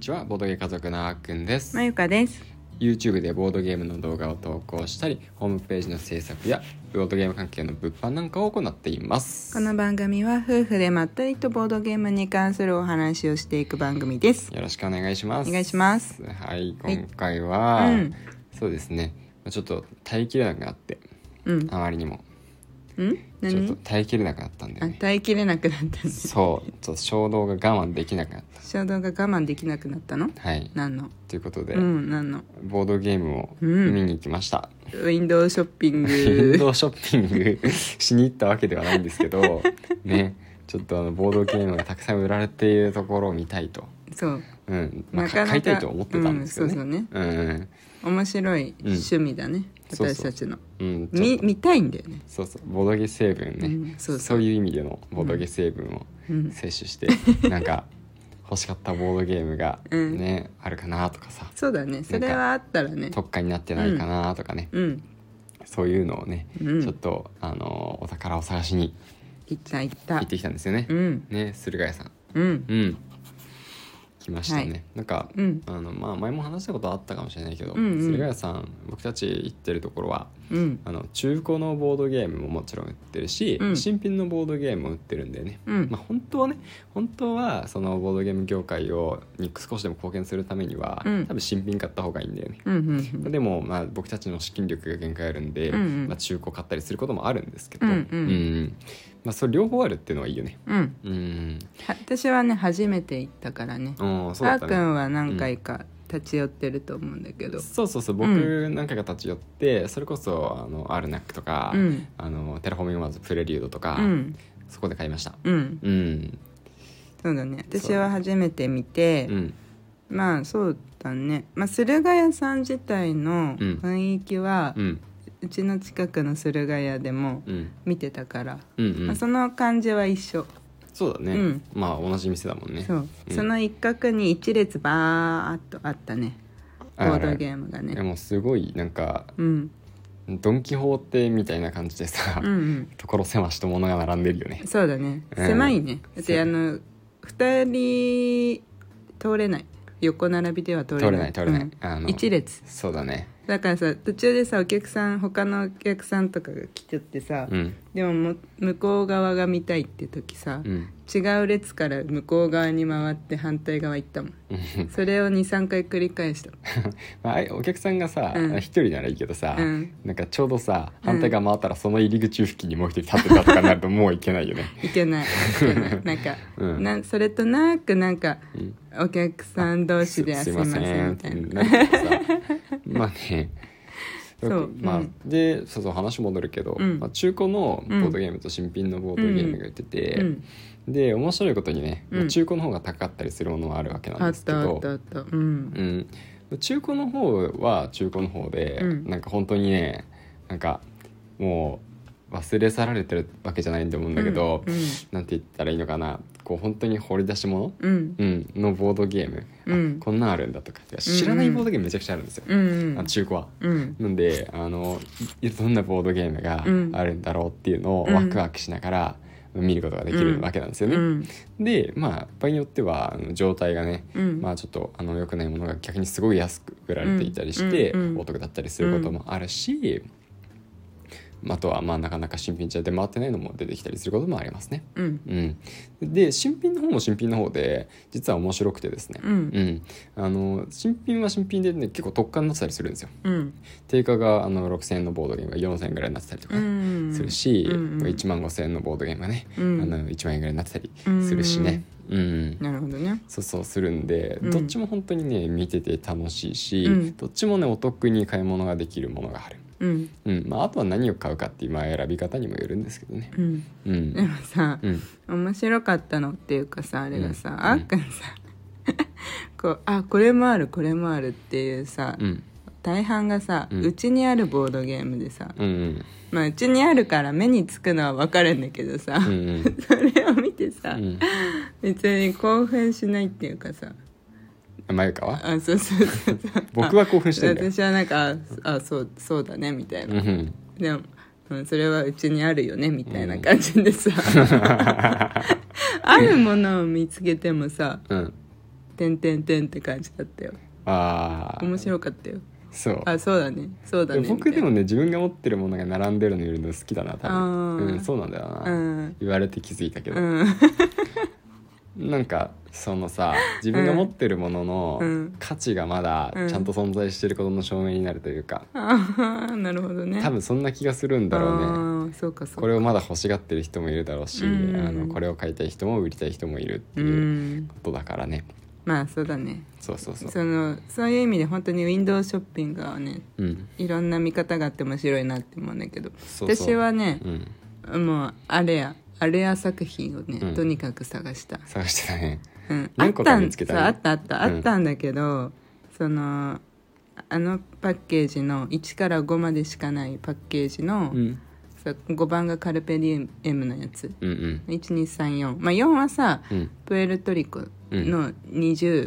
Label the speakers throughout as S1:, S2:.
S1: ちは、ボードゲー家族のあーくんです。
S2: まゆかです。
S1: YouTube でボードゲームの動画を投稿したり、ホームページの制作やボードゲーム関係の物販なんかを行っています。
S2: この番組は夫婦でまったりとボードゲームに関するお話をしていく番組です。
S1: よろしくお願いします。
S2: お願いします。
S1: はい、今回は、そうですね、ちょっと耐えきれなくなって、あまりにもちょっと耐えきれなくなったんだよね。
S2: 耐えきれなくなったんで
S1: そう、ちょっと衝動が我慢できなくなった。
S2: 衝動が我慢できなくなったの？
S1: はい。
S2: 何の？
S1: ということで、
S2: 何の？
S1: ボードゲームを見に行きました。
S2: ウィンドウショッピング。
S1: ウィンドウショッピングしに行ったわけではないんですけどね、ちょっとボードゲームがたくさん売られているところを見たいと。
S2: そう、
S1: なかなか買いたいと思ってたんですけどね。
S2: そうね、面白い趣味だね、私たちの。見たいんだよね。 そう
S1: ボドゲ成分ね、そういう意味でのボドゲ成分を摂取して、なんか欲しかったボードゲームがね、あるかなとかさ。
S2: そうだね、それはあったらね、
S1: 特価になってないかなとかね、そういうのをね、ちょっとお宝を探しに行ってきたんですよね。ね、駿河屋さん。来ましたね。なんか、前も話したことあったかもしれないけど、駿河屋さん、僕たち行ってるところは、中古のボードゲームももちろん売ってるし、新品のボードゲームも売ってるんだよね。本当はそのボードゲーム業界に少しでも貢献するためには、多分新品買った方がいいんだよね。でも、僕たちの資金力が限界あるんで、中古買ったりすることもあるんですけど、それ両方あるっていうのはいいよね。
S2: 私はね、初めて行ったからね。あーくんは何回か立ち寄ってると思うんだけど。
S1: そう僕何回か立ち寄って、それこそアルナックとか、テラフォーミングマーズプレリュードとか、そこで買いました。そうだ
S2: ね、私は初めて見て、そうだね、駿河屋さん自体の雰囲気は、うちの近くの駿河屋でも見てたから、その感じは一緒。
S1: そうだね、同じ店だもんね。
S2: その一角に一列バーっとあったね、ボードゲームがね。
S1: でもすごいなんか、ドン・キホーテみたいな感じでさ、所狭しと物が並んでるよね。
S2: そうだね、狭いね。だって2人通れない、横並びでは通れない、一列。
S1: そうだね。
S2: だからさ、途中でさ、他のお客さんとかが来ちゃってさ、でも向こう側が見たいって時さ、違う列から向こう側に回って反対側行ったもん。それを 2,3 回繰り返した
S1: お客さんがさ、一人ならいいけどさ、なんかちょうどさ、反対側回ったらその入り口付近にもう一人立ってたとかなるともういけないよね。
S2: いけないなんか、それとなくなんか、お客さん同士ですいませんみたいな。
S1: で話戻るけど、中古のボードゲームと新品のボードゲームが売ってて、で面白いことにね、中古の方が高かったりするものはあるわけなんですけど、中古の方は中古の方で、なんか本当にね、なんかもう忘れ去られてるわけじゃないと思うんだけど、なんて言ったらいいのかな、こう本当に掘り出し物、のボードゲーム、こんなんあるんだとか、知らないボードゲームめちゃくちゃあるんですよ、中古は。なんでどんなボードゲームがあるんだろうっていうのをワクワクしながら見ることができるわけなんですよね。で場合によっては状態がね、ちょっと良くないものが逆にすごい安く売られていたりして、お得だったりすることもあるし、あとはなかなか新品じゃ出回ってないのも出てきたりすることもありますね。で新品の方も新品の方で実は面白くてですね、新品は新品でね、結構特価になってたりするんですよ。定価が6,000円のボードゲームが4,000円ぐらいになってたりとかするし、15,000円のボードゲームがね、1万円ぐらいになってたりするしね。
S2: なるほどね。
S1: そうするんで、どっちも本当にね見てて楽しいし、どっちもねお得に買い物ができるものがある。あとは何を買うかっていう選び方にもよるんですけどね。
S2: でもさ、面白かったのっていうかさ、あれがさ、あっくんさこれもあるこれもあるっていうさ、大半がさ、うちにあるボードゲームでさ、うちにあるから目につくのは分かるんだけどさ、それを見てさ、別に興奮しないっていうかさ、
S1: まゆかは
S2: そう
S1: 僕は興奮してんだよ。
S2: 私はなんかそうだねみたいな、でも、それはうちにあるよねみたいな感じでさ、あるものを見つけてもさ、 てんてんてんって感じだったよ。
S1: ああ
S2: 面白かったよ。
S1: そう
S2: そうだねそうだね。
S1: 僕でもね自分が持ってるものが並んでるの見るの好きだな多分。そうなんだよな、言われて気づいたけど、なんかそのさ自分が持ってるものの価値がまだちゃんと存在してることの証明になるというか、
S2: なるほどね。
S1: 多分そんな気がするんだろうね。
S2: そうかそうか。
S1: これをまだ欲しがってる人もいるだろうし、これを買いたい人も売りたい人もいるっていうことだからね。
S2: まあそうだね。
S1: そう
S2: いう意味で本当にウィンドウショッピングはね、いろんな見方があって面白いなって思うんだけど、私はね、もうあれや作品をね、とにかく探して
S1: たね。
S2: 何個か見つけたね。あったんだけど、あのパッケージの1から5までしかないパッケージの、5番がカルペディエムのやつ、1234、まあ、4はさ、プエルトリコの20、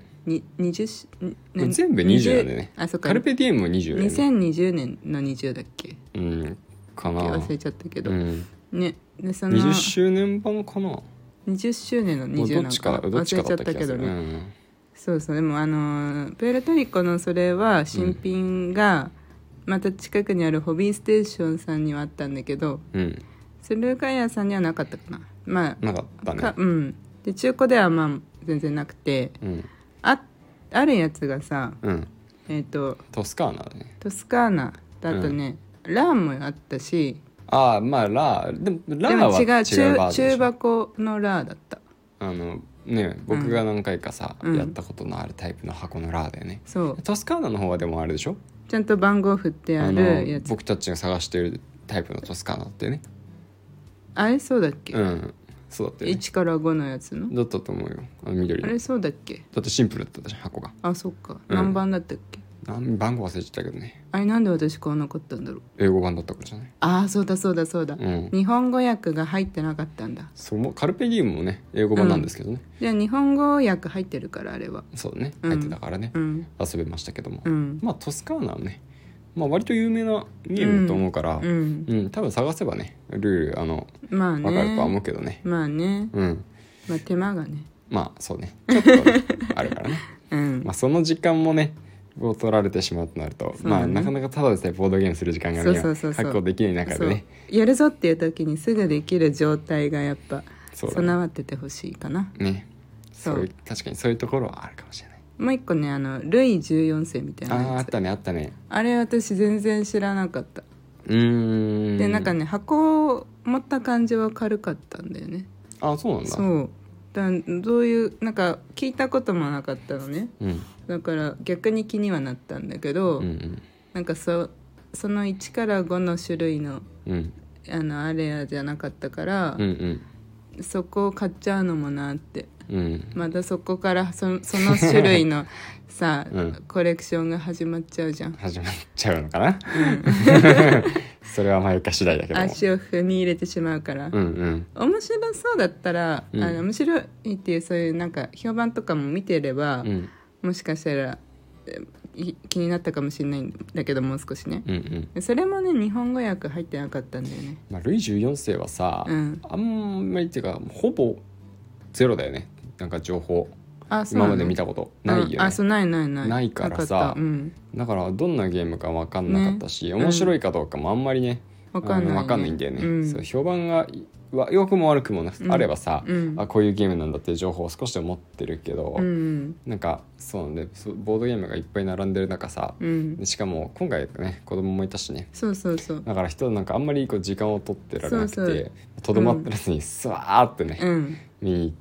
S1: 全部20なんだよね。カルペディエムも20だよね。
S2: 2020年の20だっけ、
S1: かな、
S2: 忘れちゃったけど、ね、で
S1: 20周年版かな、
S2: 20周年の20なんか忘れちゃったけどね、そうでもプエルトリコのそれは新品がまた近くにあるホビーステーションさんにはあったんだけど、駿河屋さんにはなかったかな。まあ
S1: なかったね。
S2: で中古ではまあ全然なくて、あるやつがさ、
S1: トスカーナだね。
S2: トスカーナだとね、ラーもあったし、
S1: まあラーは違うバージョンでしょ。
S2: 中箱のラーだった。
S1: 僕が何回かさ、やったことのあるタイプの箱のラーだよね。トスカーナの方はでもあれでしょ、
S2: ちゃんと番号振ってあるやつ。
S1: 僕たちが探してるタイプのトスカーナってね。
S2: あれそうだっけ？
S1: そうだったよね。
S2: 1から5のやつの
S1: だったと思うよ。緑の。
S2: あれそうだっけ？
S1: だってシンプルだったじゃん箱が。
S2: そっか。何番だったっけ？
S1: 番号忘れちゃったけどね。
S2: あれなんで私買わなかったんだろう。
S1: 英語版だったからじゃない。
S2: そうだ、日本語訳が入ってなかったんだ。
S1: カルペディウムもね英語版なんですけどね。
S2: じゃあ日本語訳入ってるから、あれは
S1: そうね、入ってたからね、遊べましたけども、まあトスカーナはね、割と有名なゲームだと思うから、多分探せばねルール分かるとは思うけどね。
S2: まあ手間がね、
S1: そうね、ちょっとねあるからね、その時間もねを取られてしまうとなると、なかなかただでさえボードゲームする時間が確保できない中でね、
S2: やるぞっていう時にすぐできる状態がやっぱ備わっててほしいかな。
S1: 確かにそういうところはあるかもしれない。
S2: もう一個ね、ルイ14世みたいなやつ、
S1: あったね。
S2: あれ私全然知らなかった。でなんかね、箱を持った感じは軽かったんだよね。
S1: そうなんだ。
S2: どういうなんか聞いたこともなかったのね、だから逆に気にはなったんだけど、なんかその1から5の種類の、あれやじゃなかったから、そこを買っちゃうのもなって、またそこからその種類のさ、コレクションが始まっちゃうじゃん。
S1: 始まっちゃうのかな、それは前か次第だけども、
S2: 足を踏み入れてしまうから、面白そうだったら、面白いっていうそういうなんか評判とかも見てれば、もしかしたら気になったかもしれないんだけど、もう少しね、それもね日本語訳入ってなかったんだよね。
S1: ルイ14世はさ、あんまりっていうかほぼゼロだよね、なんか情報。今まで見たことないよね。ないからさ、だからどんなゲームか分かんなかったし、面白いかどうかもあんまりね分かんないんだよね。そう評判が良くも悪くもあればさ、こういうゲームなんだっていう情報を少しでも持ってるけど、なんかそうなんでボードゲームがいっぱい並んでる中さ、しかも今回ね子供もいたしね、だから人なんかあんまり時間を取ってられなくて、とどまってらずにスワーってね、見に行って、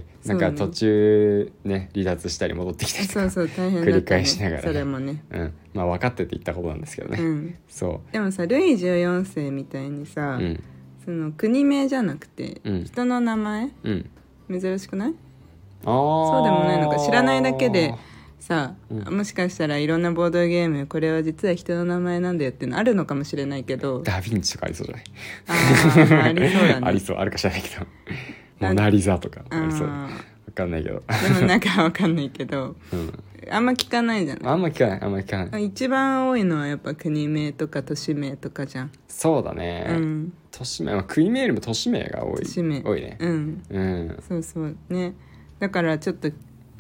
S1: なんか途中ね離脱したり戻ってきたりとか
S2: 大変だった、
S1: 繰り返しながら、
S2: それもね、
S1: 分かってて言ったことなんですけどね、
S2: でもさルイ14世みたいにさ、その国名じゃなくて、人の名前、珍しくない？そうでもないのか、知らないだけでさ、もしかしたらいろんなボードゲームこれは実は人の名前なんだよっていうのあるのかもしれないけど、
S1: ダヴィンチとかありそうじゃない？
S2: ありそうだね。
S1: ありそう、あるか知らないけどモナリザとかありそう、分かんないけど
S2: でもなんか分かんないけど、あんま聞かないじゃん。
S1: あんま聞かない。
S2: 一番多いのはやっぱ国名とか都市名とかじゃん。
S1: そうだね、都市名、国名よりも都市名が多いね。
S2: そうね。だからちょっと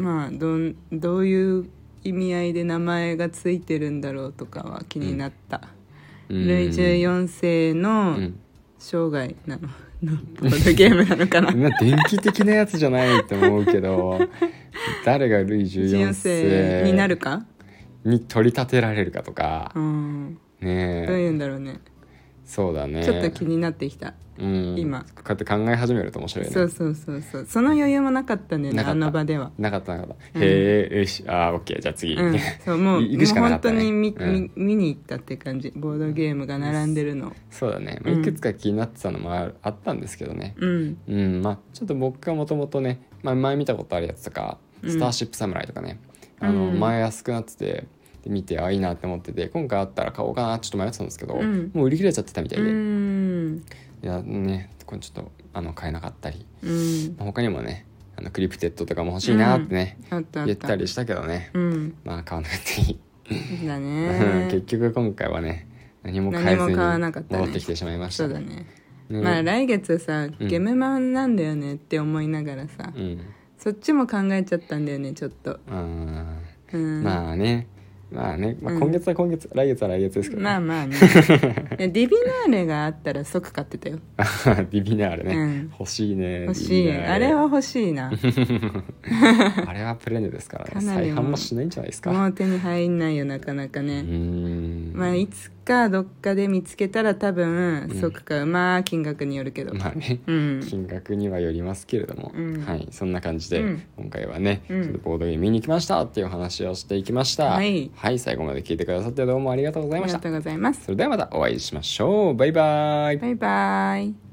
S2: まあどういう意味合いで名前がついてるんだろうとかは気になった、ルイ14世の生涯なの、ボードゲームなのかな
S1: 電気的なやつじゃないって思うけど誰がルイ14世
S2: になるか
S1: に取り立てられるかとか、ねえ、
S2: どういうんだろうね。
S1: そうだね、
S2: ちょっと気になってきた、今
S1: こうやって考え始めると面白いね。
S2: そうその余裕もなかったね、あの場では
S1: なかった、へえ、よし、オッケー、じゃあ次、
S2: そうもう
S1: 行くしかなかったね。
S2: もう本当に見に行ったって感じ、ボードゲームが並んでるの。
S1: そうだね、いくつか気になってたのもあったんですけどね、まあちょっと僕がもともとね、前見たことあるやつとか、スターシップサムライとかね、前安くなっててで見て、いいなって思ってて、今回あったら買おうかなちょっと迷ってたんですけど、もう売り切れちゃってたみたいで、いやね、これちょっと買えなかったり、他にもねクリプテッドとかも欲しいなってね、言ったりしたけどね、まあ買わなくていい
S2: だね
S1: 結局今回はね何も買えずに
S2: 戻
S1: ってきてしまいました。
S2: そうだね、まあ来月さゲムマンなんだよねって思いながらさ、そっちも考えちゃったんだよねちょっと。
S1: まあね、今月は今月、来月は来月ですけどね。
S2: まあねディビナーレがあったら即買ってたよ
S1: ディビナーレね、欲しいね。
S2: 欲しい、あれは欲しいな
S1: あれはプレネですからね、再販もしないんじゃないですか。
S2: もう手に入んないよなかなかね。まあいつかどっかで見つけたら多分即買う、まあ金額によるけど、
S1: まあね、金額にはよりますけれども、はい、そんな感じで、今回はね、ちょっとボードゲーム見に行きましたっていうお話をしていきました。はい、最後まで聞いてくださってどうもありがとうございました。
S2: ありがとうございます。
S1: それではまたお会いしましょう。バイバイ。
S2: バイバイ。